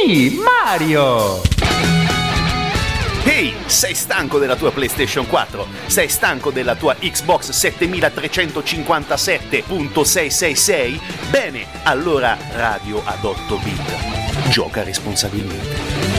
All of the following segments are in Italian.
Sì, Mario! Ehi, sei stanco della tua PlayStation 4? Sei stanco della tua Xbox 7357.666? Bene, allora Radio ad 8 bit. Gioca responsabilmente.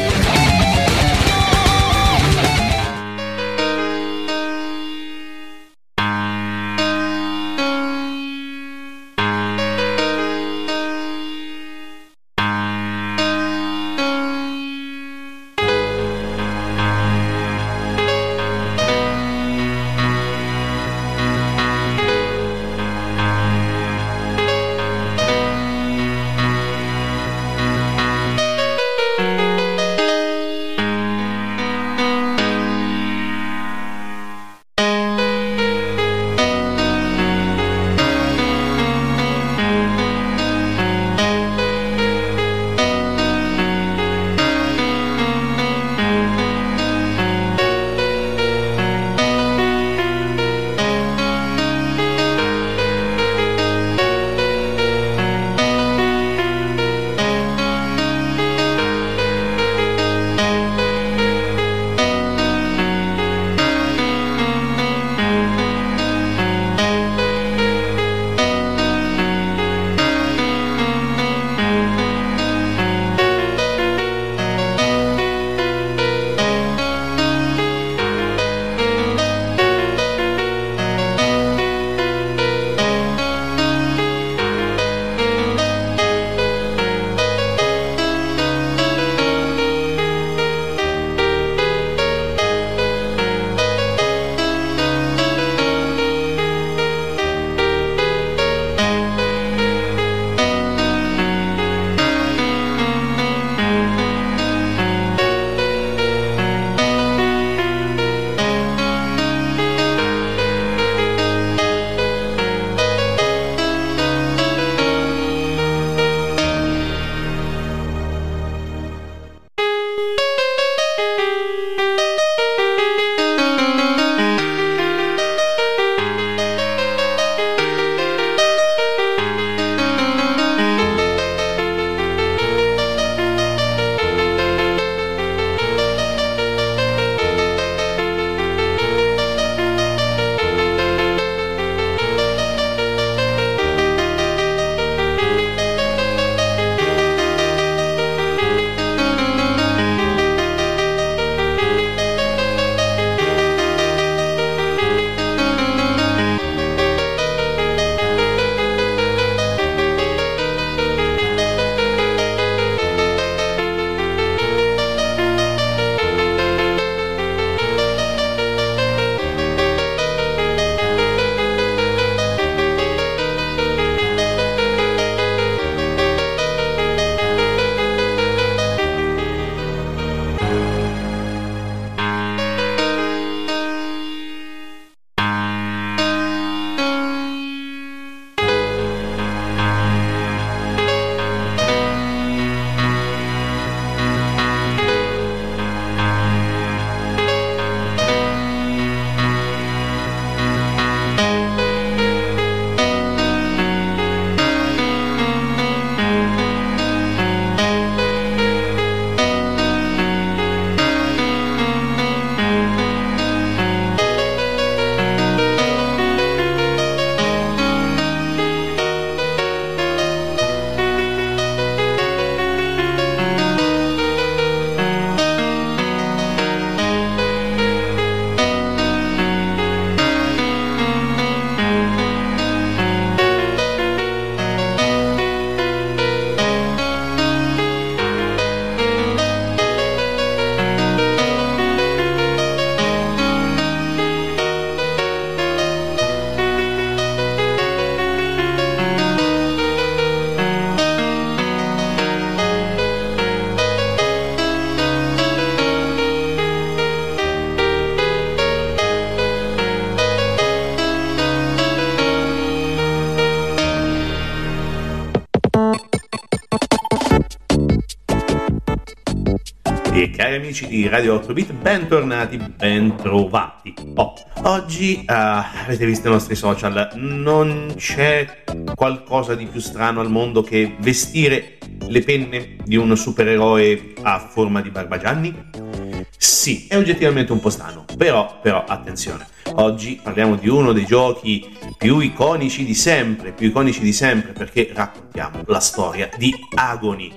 E cari amici di Radio 8 Bit, bentornati, bentrovati. Oggi avete visto i nostri social, non c'è qualcosa di più strano al mondo che vestire le penne di un supereroe a forma di Barbagianni? Sì, è oggettivamente un po' strano, però attenzione, oggi parliamo di uno dei giochi più iconici di sempre, perché raccontiamo la storia di Agony.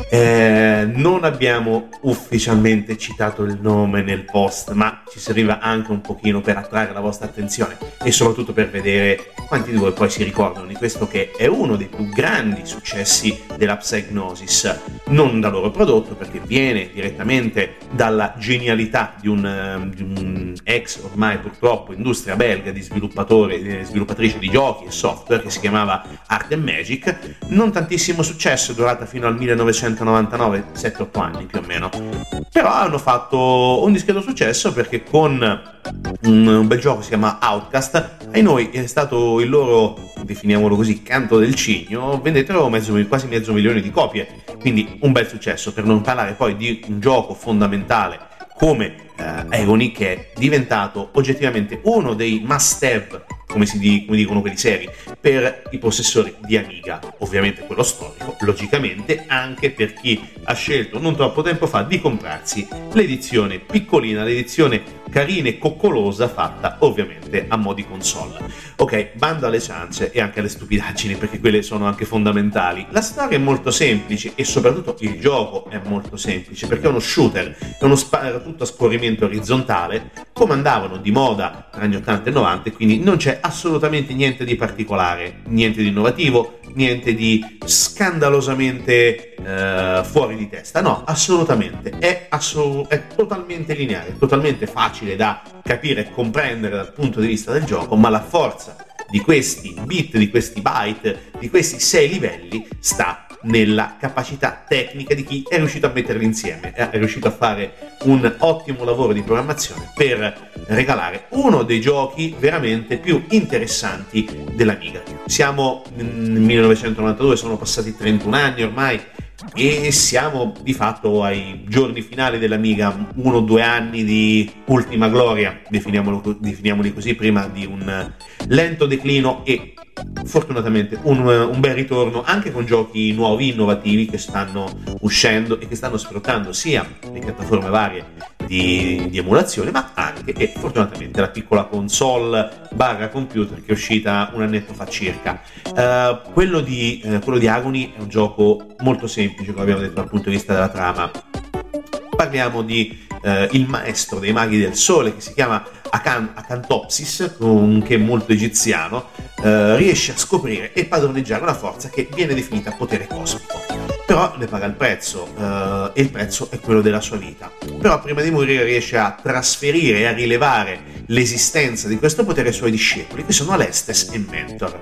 Non abbiamo ufficialmente citato il nome nel post, ma ci serviva anche un pochino per attrarre la vostra attenzione e soprattutto per vedere quanti di voi poi si ricordano di questo che è uno dei più grandi successi della Psygnosis, non da loro prodotto perché viene direttamente dalla genialità di un ex ormai purtroppo industria belga di sviluppatrice di giochi e software che si chiamava Art & Magic. Non tantissimo successo, è durata fino al 1999, 7-8 anni più o meno, però hanno fatto un discreto successo perché con un bel gioco si chiama Outcast, ai noi è stato il loro, definiamolo così, canto del cigno, vendettero quasi mezzo milione di copie, quindi un bel successo, per non parlare poi di un gioco fondamentale come Agony, che è diventato oggettivamente uno dei must-have, come dicono quelli seri, per i possessori di Amiga, ovviamente quello storico, logicamente anche per chi ha scelto non troppo tempo fa di comprarsi l'edizione piccolina, l'edizione carina e coccolosa, fatta ovviamente a mo' di console. Ok, bando alle ciance e anche alle stupidaggini, perché quelle sono anche fondamentali. La storia è molto semplice e soprattutto il gioco è molto semplice, perché è uno shooter, è uno tutto a scorrimento orizzontale, come andavano di moda tra gli 80 e 90, quindi non c'è assolutamente niente di particolare, niente di innovativo, niente di scandalosamente fuori di testa, no, assolutamente, è totalmente lineare, totalmente facile da capire e comprendere dal punto di vista del gioco, ma la forza di questi bit, di questi byte, di questi 6 livelli sta nella capacità tecnica di chi è riuscito a metterli insieme, è riuscito a fare un ottimo lavoro di programmazione per regalare uno dei giochi veramente più interessanti dell'Amiga. Siamo nel 1992, sono passati 31 anni ormai e siamo di fatto ai giorni finali dell'Amiga, 1 o 2 anni di ultima gloria, definiamoli così, prima di un lento declino e fortunatamente un bel ritorno anche con giochi nuovi, innovativi, che stanno uscendo e che stanno sfruttando sia le piattaforme varie di emulazione, ma anche e fortunatamente la piccola console / computer che è uscita un annetto fa circa. Quello di Agony è un gioco molto semplice, come abbiamo detto, dal punto di vista della trama. Parliamo di il maestro dei maghi del sole, che si chiama Acantopsis, che è molto egiziano, riesce a scoprire e padroneggiare una forza che viene definita potere cosmico, però ne paga il prezzo, e il prezzo è quello della sua vita. Però prima di morire riesce a trasferire e a rilevare l'esistenza di questo potere ai suoi discepoli, che sono Alestes e Mentor.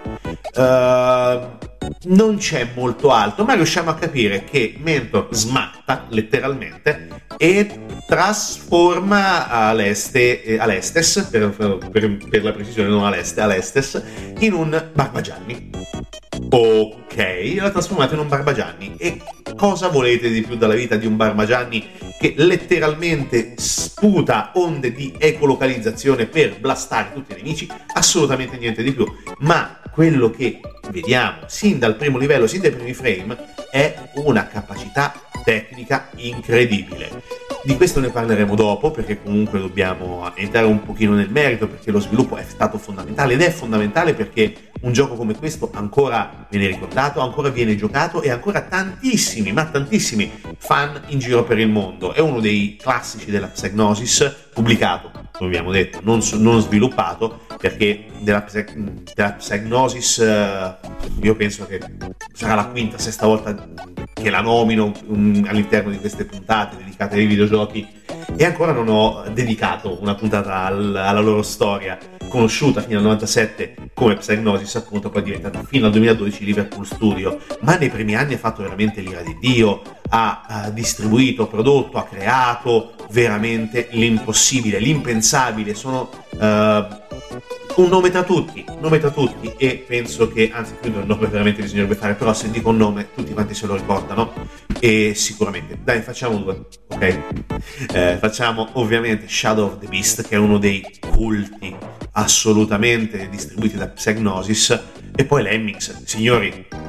Non c'è molto altro, ma riusciamo a capire che Mentor smatta letteralmente e trasforma Alestes, per la precisione, non Alestes, in un Barbagianni. Ok, l'ha trasformato in un Barbagianni. E cosa volete di più dalla vita di un Barbagianni che letteralmente sputa onde di ecolocalizzazione per blastare tutti i nemici? Assolutamente niente di più. Ma quello che vediamo sin dal primo livello, sin dai primi frame, è una capacità tecnica incredibile. Di questo ne parleremo dopo, perché comunque dobbiamo entrare un pochino nel merito, perché lo sviluppo è stato fondamentale ed è fondamentale perché un gioco come questo ancora viene ricordato, ancora viene giocato e ancora tantissimi, ma tantissimi fan in giro per il mondo. È uno dei classici della Psygnosis, pubblicato, come abbiamo detto, non sviluppato, perché della Psygnosis io penso che sarà la quinta, sesta volta che la nomino all'interno di queste puntate dedicate ai videogiochi, e ancora non ho dedicato una puntata alla loro storia, conosciuta fino al 97 come Psygnosis, appunto, poi è diventata fino al 2012 Liverpool Studio, ma nei primi anni ha fatto veramente l'ira di Dio, ha distribuito, prodotto, ha creato veramente l'impossibile, l'impensabile. Sono un nome tra tutti, e penso che, anzi, più di un nome veramente bisognerebbe fare, però se dico un nome tutti quanti se lo ricordano, e sicuramente, dai, facciamo 2, ok? Facciamo ovviamente Shadow of the Beast, che è uno dei culti assolutamente distribuiti da Psygnosis, e poi Lemmings. Signori,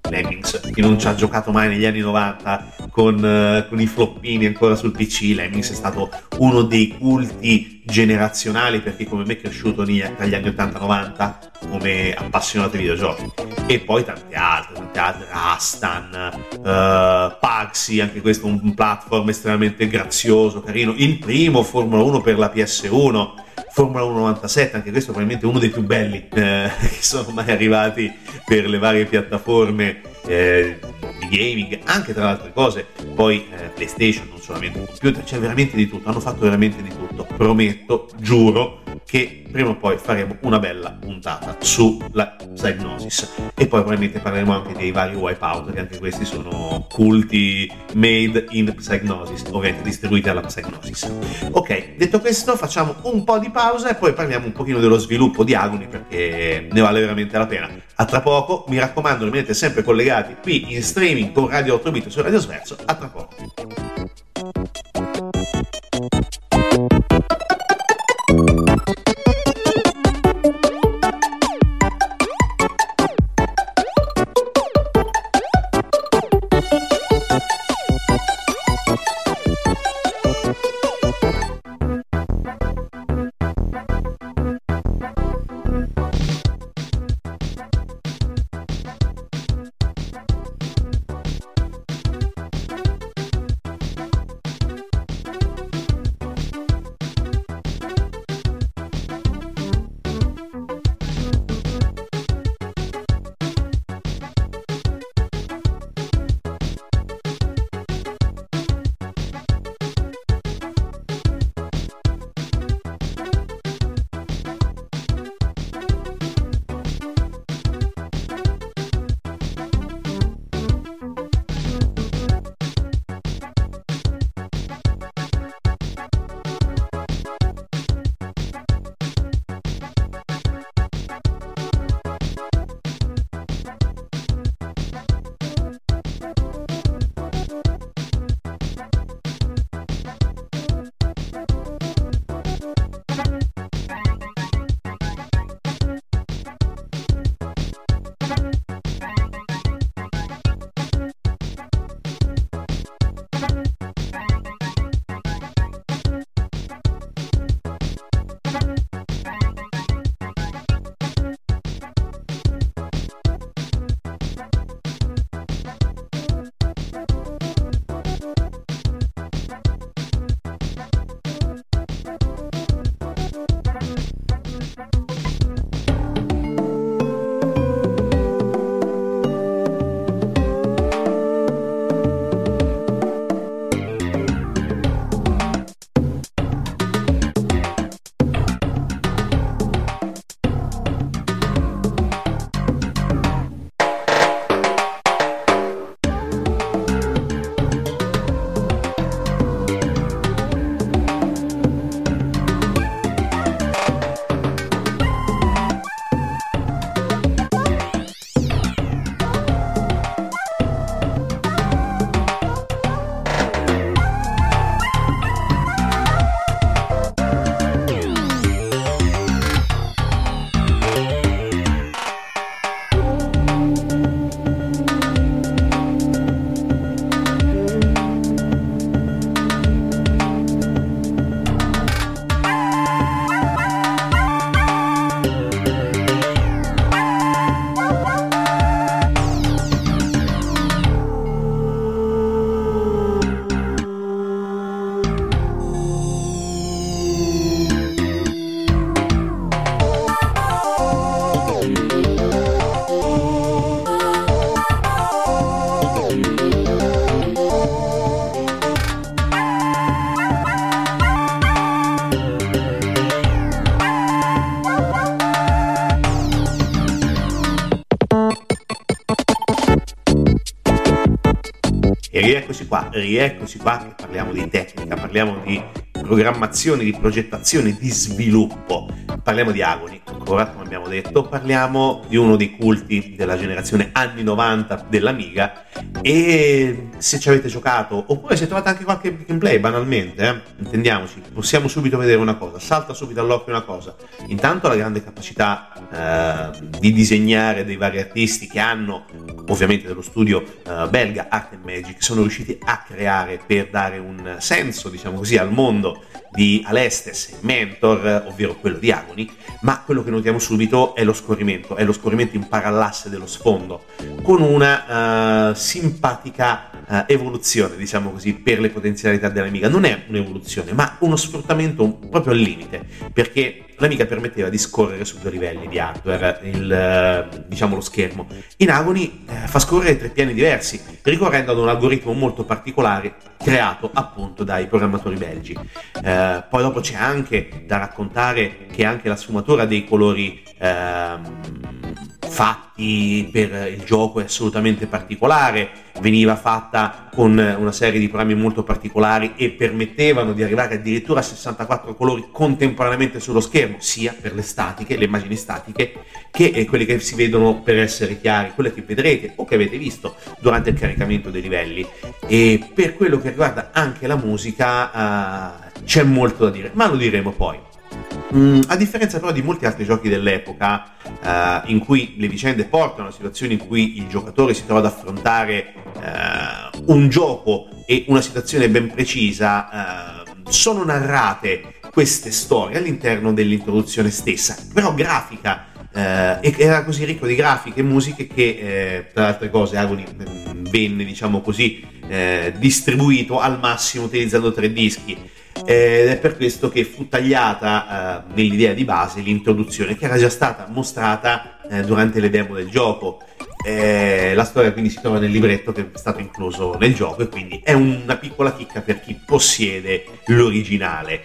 Lemmings. Chi non ci ha giocato mai negli anni 90 con i floppini ancora sul PC, Lemmings è stato uno dei culti generazionali per chi come me è cresciuto tra gli anni 80-90 come appassionato di videogiochi. E poi tante altre, Rastan, Paxi, anche questo un platform estremamente grazioso, carino, il primo Formula 1 per la PS1, Formula 1 97, anche questo probabilmente uno dei più belli che sono mai arrivati per le varie piattaforme di gaming, anche tra le altre cose. Poi PlayStation, non solamente computer, c'è veramente di tutto, hanno fatto veramente di tutto. Prometto, giuro, che prima o poi faremo una bella puntata sulla Psygnosis e poi probabilmente parleremo anche dei vari Wipeout, che anche questi sono culti made in Psygnosis, ovviamente distribuiti dalla Psygnosis. Ok, detto questo facciamo un po' di pausa e poi parliamo un pochino dello sviluppo di Agony, perché ne vale veramente la pena. A tra poco, mi raccomando, rimanete sempre collegati qui in streaming con Radio 8 Bit su Radio Sverso. A tra poco. Rieccoci qua che parliamo di tecnica, parliamo di programmazione, di progettazione, di sviluppo. Parliamo di Agony, ancora, come abbiamo detto, parliamo di uno dei culti della generazione anni 90 dell'Amiga, e se ci avete giocato, oppure se trovate anche qualche gameplay, banalmente, intendiamoci, possiamo subito vedere una cosa, salta subito all'occhio una cosa. Intanto la grande capacità di disegnare dei vari artisti che hanno, ovviamente dello studio belga Art & Magic, sono riusciti a creare per dare un senso, diciamo così, al mondo di Alestes e Mentor, ovvero quello di Agony. Ma quello che notiamo subito è lo scorrimento in parallasse dello sfondo, con una simpatica evoluzione, diciamo così, per le potenzialità dell'Amiga. Non è un'evoluzione, ma uno sfruttamento proprio al limite, perché l'Amiga permetteva di scorrere su 2 livelli di hardware, diciamo lo schermo. In Agony fa scorrere 3 piani diversi, ricorrendo ad un algoritmo molto particolare creato appunto dai programmatori belgi. Poi dopo c'è anche da raccontare che anche la sfumatura dei colori fatti per il gioco è assolutamente particolare, veniva fatta con una serie di programmi molto particolari e permettevano di arrivare addirittura a 64 colori contemporaneamente sullo schermo, sia per le statiche, le immagini statiche, che quelle che si vedono per essere chiari, quelle che vedrete o che avete visto durante il caricamento dei livelli. E per quello che riguarda anche la musica c'è molto da dire, ma lo diremo poi. A differenza però di molti altri giochi dell'epoca, in cui le vicende portano a situazioni in cui il giocatore si trova ad affrontare un gioco e una situazione ben precisa, sono narrate queste storie all'interno dell'introduzione stessa, però grafica, e era così ricco di grafiche e musiche che, tra le altre cose, Agony venne, diciamo così, distribuito al massimo utilizzando 3 dischi. Ed è per questo che fu tagliata nell'idea di base l'introduzione, che era già stata mostrata durante le demo del gioco. La storia quindi si trova nel libretto che è stato incluso nel gioco, e quindi è una piccola chicca per chi possiede l'originale.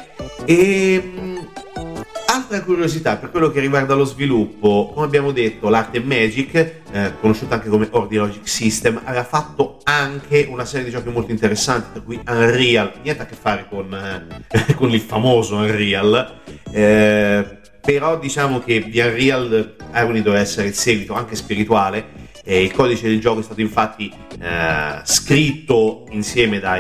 Altra curiosità per quello che riguarda lo sviluppo, come abbiamo detto, l'Art & Magic, conosciuta anche come Ordi Logic System, aveva fatto anche una serie di giochi molto interessanti, tra cui Unreal, niente a che fare con il famoso Unreal, però diciamo che di Unreal Agony doveva essere il seguito anche spirituale. Il codice del gioco è stato infatti scritto insieme da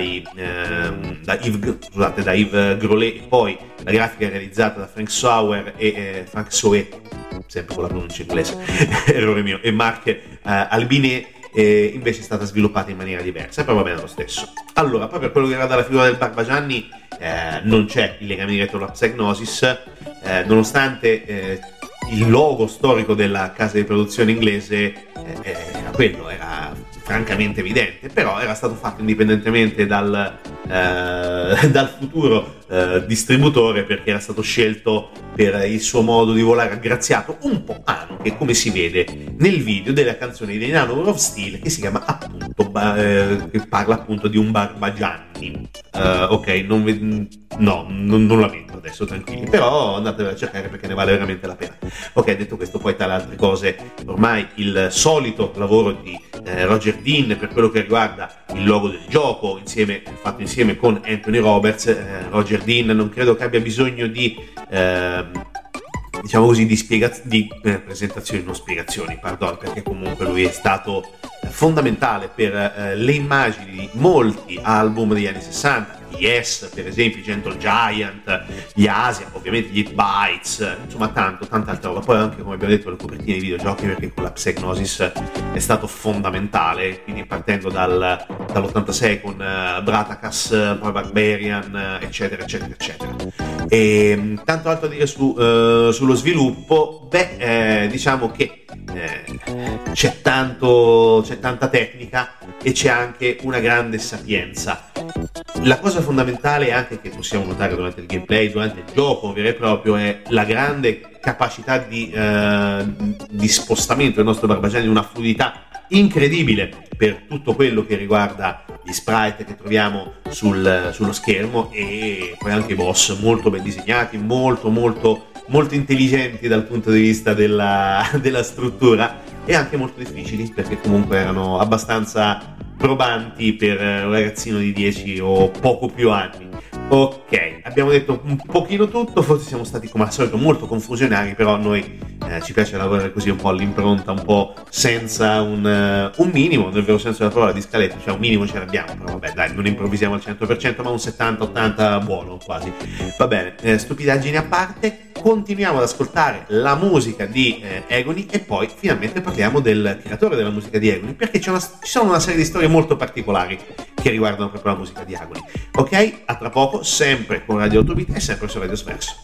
Yves Grolet, e poi la grafica è realizzata da Frank Sauer e Frank Soet, sempre con la pronuncia inglese, errore mio, e Marc Albinet. Invece è stata sviluppata in maniera diversa, però va bene lo stesso. Allora, poi per quello che riguarda la figura del Barbagianni, non c'è il legame diretto alla Psygnosis, nonostante il logo storico della casa di produzione inglese era quello, era francamente evidente, però era stato fatto indipendentemente dal futuro distributore, perché era stato scelto per il suo modo di volare aggraziato, un po' anche come si vede nel video della canzone di Nano of Steel, che si chiama appunto che parla appunto di un Barbagianni. Ok, non la metto adesso, tranquilli, però andatevela a cercare perché ne vale veramente la pena. Ok, detto questo, poi tra le altre cose, ormai il solito lavoro di Roger Dean per quello che riguarda il logo del gioco, fatto insieme con Anthony Roberts. Roger Dean non credo che abbia bisogno di diciamo così di presentazioni, non spiegazioni, pardon, perché comunque lui è stato fondamentale per le immagini di molti album degli anni 60, Yes, per esempio, Gentle Giant, gli Asia, ovviamente gli 8 Bytes, insomma tanta altra roba. Poi anche, come abbiamo detto, le copertine dei videogiochi, perché con la Psygnosis è stato fondamentale, quindi partendo dall'86 con Bratacus, poi Barbarian, eccetera. E tanto altro da dire sullo sviluppo. Diciamo che c'è tanta tecnica e c'è anche una grande sapienza. La cosa fondamentale anche che possiamo notare durante il gameplay, durante il gioco vero e proprio, è la grande capacità di spostamento del nostro Barbagianni, una fluidità incredibile per tutto quello che riguarda gli sprite che troviamo sullo schermo, e poi anche i boss molto ben disegnati, molto intelligenti dal punto di vista della struttura, e anche molto difficili, perché comunque erano abbastanza probanti per un ragazzino di 10 o poco più anni. Ok, abbiamo detto un pochino tutto, forse siamo stati come al solito molto confusionari, però noi ci piace lavorare così un po' all'impronta, un po' senza un minimo, nel vero senso della parola, di scaletta, cioè un minimo ce l'abbiamo, però vabbè dai, non improvvisiamo al 100%, ma un 70-80 buono quasi. Va bene, stupidaggini a parte, continuiamo ad ascoltare la musica di Egoni e poi finalmente parliamo del creatore della musica di Egoni, perché ci sono una serie di storie molto particolari che riguardano proprio la musica di Egoni. Ok, a tra poco, sempre con Radio 8 Bit e sempre su Radio Sverso.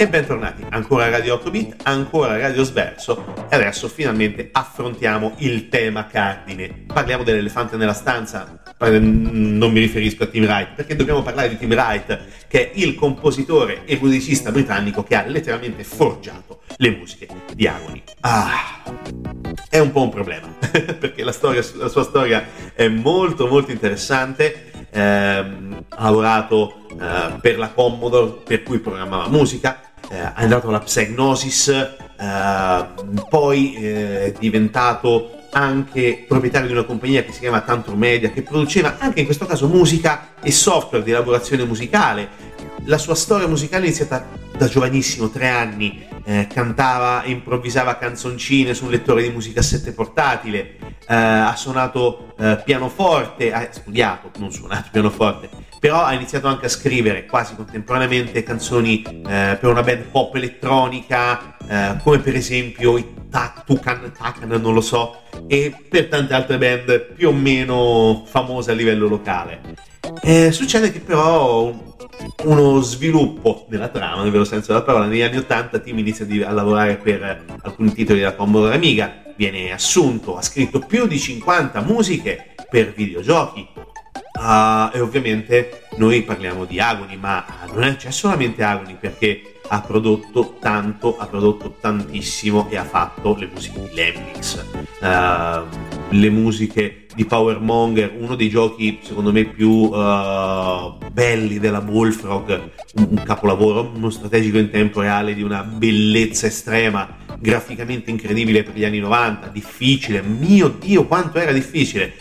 bentornati ancora a Radio 8 Bit, ancora a Radio Sverso, e adesso finalmente affrontiamo il tema cardine. Parliamo dell'elefante nella stanza, non mi riferisco a Tim Wright, perché dobbiamo parlare di Tim Wright, che è il compositore e musicista britannico che ha letteralmente forgiato le musiche di Agony. È un po' un problema, perché la sua storia è molto molto interessante. Ha lavorato per la Commodore, per cui programmava musica, è andato alla Psygnosis, poi è diventato anche proprietario di una compagnia che si chiama Tantor Media, che produceva anche in questo caso musica e software di elaborazione musicale. La sua storia musicale è iniziata da giovanissimo, 3 anni, cantava e improvvisava canzoncine su un lettore di musicassette portatile, ha suonato pianoforte, ha studiato, non suonato pianoforte, però ha iniziato anche a scrivere quasi contemporaneamente canzoni per una band pop elettronica, come per esempio i Takan, non lo so, e per tante altre band più o meno famose a livello locale. Succede che però uno sviluppo della trama, nel vero senso della parola, negli anni 80 Tim inizia a lavorare per alcuni titoli della Commodore Amiga, viene assunto, ha scritto più di 50 musiche per videogiochi, e ovviamente noi parliamo di Agony, ma non c'è solamente Agony, perché ha prodotto tanto, ha prodotto tantissimo e ha fatto le musiche di Lemmings, le musiche di Power Monger, uno dei giochi secondo me più belli della Bullfrog, un capolavoro, uno strategico in tempo reale di una bellezza estrema, graficamente incredibile per gli anni 90, difficile, mio Dio quanto era difficile.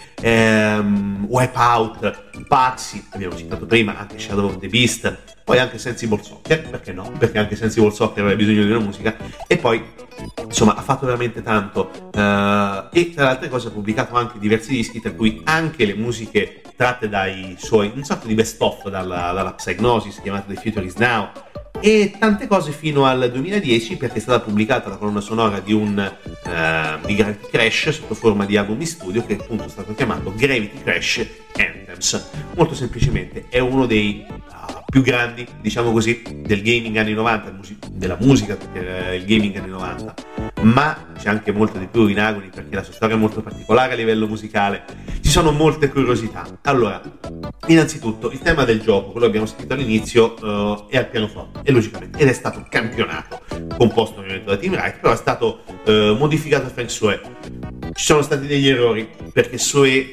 Wipeout, Paxi, abbiamo citato prima, anche Shadow of the Beast, poi anche Sensible Soccer, perché no? Perché anche Sensible Soccer aveva bisogno di una musica, e poi insomma ha fatto veramente tanto, e tra le altre cose ha pubblicato anche diversi dischi, tra cui anche le musiche tratte dai suoi, un sorta di best of dalla Psygnosis chiamato The Future Is Now, e tante cose fino al 2010, perché è stata pubblicata la colonna sonora di Gravity Crash sotto forma di album in studio, che appunto è stato chiamato Gravity Crash Anthems. Molto semplicemente è uno dei più grandi, diciamo così, del gaming anni 90, della musica per il gaming anni 90, ma c'è anche molto di più in Agony, perché la sua storia è molto particolare a livello musicale, ci sono molte curiosità. Allora, innanzitutto il tema del gioco, quello che abbiamo sentito all'inizio, è al pianoforte, e logicamente, ed è stato campionato, composto ovviamente da Tim Wright, però è stato modificato a Feng Shui. Ci sono stati degli errori, perché Sui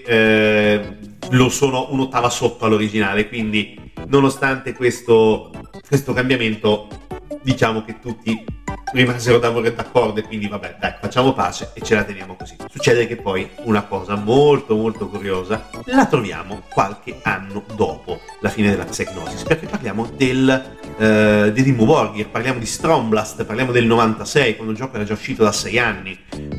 lo sono un'ottava sotto all'originale, quindi nonostante questo cambiamento, diciamo che tutti rimasero d'accordo, e quindi vabbè, dai, facciamo pace e ce la teniamo così. Succede che poi una cosa molto molto curiosa la troviamo qualche anno dopo la fine della Psygnosis, perché parliamo di Dimmu Borgir, parliamo di Stormblast, parliamo del 96, quando il gioco era già uscito da 6 anni.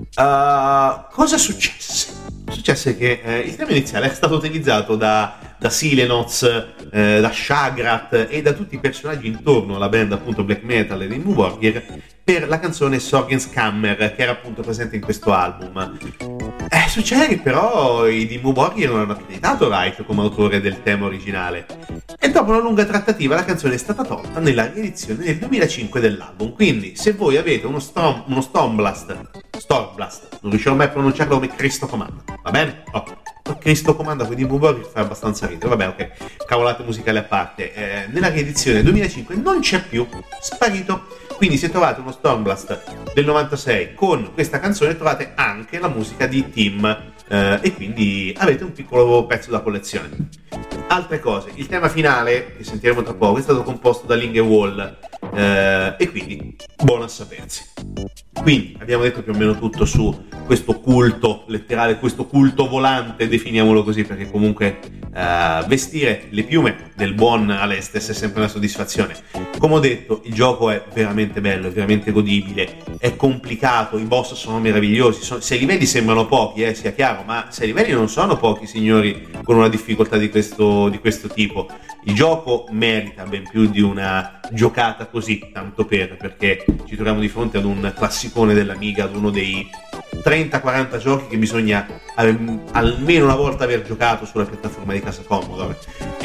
Cosa successe? Successe che il tema iniziale è stato utilizzato da Silenoz, da Shagrat e da tutti i personaggi intorno alla band appunto black metal di Dimmu Borgir per la canzone Sorgens Kammer, che era appunto presente in questo album. Succede che però i Dimmu Borgir non hanno accreditato Wright come autore del tema originale, e dopo una lunga trattativa la canzone è stata tolta nella riedizione del 2005 dell'album. Quindi se voi avete uno Stormblast, non riuscirò mai a pronunciarlo come Cristo comanda, va bene? Cristo comanda con i Dimmu Borgir fa abbastanza ridere, vabbè, ok, cavolate musicali a parte. Nella riedizione 2005 non c'è più, sparito. Quindi se trovate uno Stormblast del 96 con questa canzone trovate anche la musica di Tim, e quindi avete un piccolo pezzo da collezione. Altre cose, il tema finale che sentiremo tra poco è stato composto da Linge Wall, e quindi buono a sapersi. Quindi abbiamo detto più o meno tutto su questo culto letterale, questo culto volante, definiamolo così, perché comunque vestire le piume del buon Alestes è sempre una soddisfazione. Come ho detto, il gioco è veramente bello, è veramente godibile, è complicato, i boss sono meravigliosi, se i livelli sembrano pochi, sia chiaro, ma se i livelli non sono pochi, signori, con una difficoltà di questo tipo. Il gioco merita ben più di una giocata così, tanto perché ci troviamo di fronte ad un classicone dell'Amiga, ad uno dei 30-40 giochi che bisogna almeno una volta aver giocato sulla piattaforma di casa Commodore.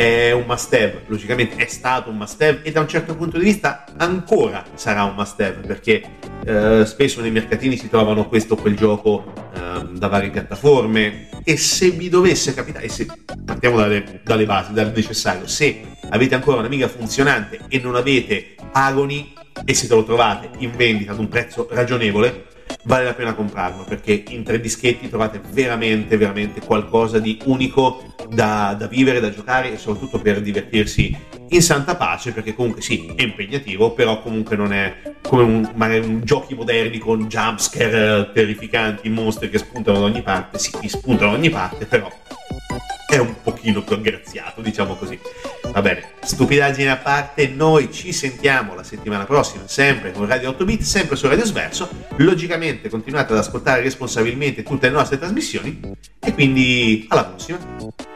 è un must have, logicamente è stato un must have e da un certo punto di vista ancora sarà un must have, perché spesso nei mercatini si trovano questo o quel gioco da varie piattaforme, e se vi dovesse capitare, e se partiamo dalle basi, dal necessario, se avete ancora un'Amiga funzionante e non avete Agony e se te lo trovate in vendita ad un prezzo ragionevole, vale la pena comprarlo, perché in 3 dischetti trovate veramente qualcosa di unico da vivere, da giocare, e soprattutto per divertirsi in santa pace, perché comunque sì, è impegnativo, però comunque non è come magari un giochi moderni con jumpscare terrificanti, mostri che spuntano da ogni parte. Sì, ti spuntano da ogni parte, però è un pochino più aggraziato, diciamo così. Va bene, stupidaggini a parte, noi ci sentiamo la settimana prossima, sempre con Radio 8 Bit, sempre su Radio Sverso. Logicamente continuate ad ascoltare responsabilmente tutte le nostre trasmissioni, e quindi alla prossima.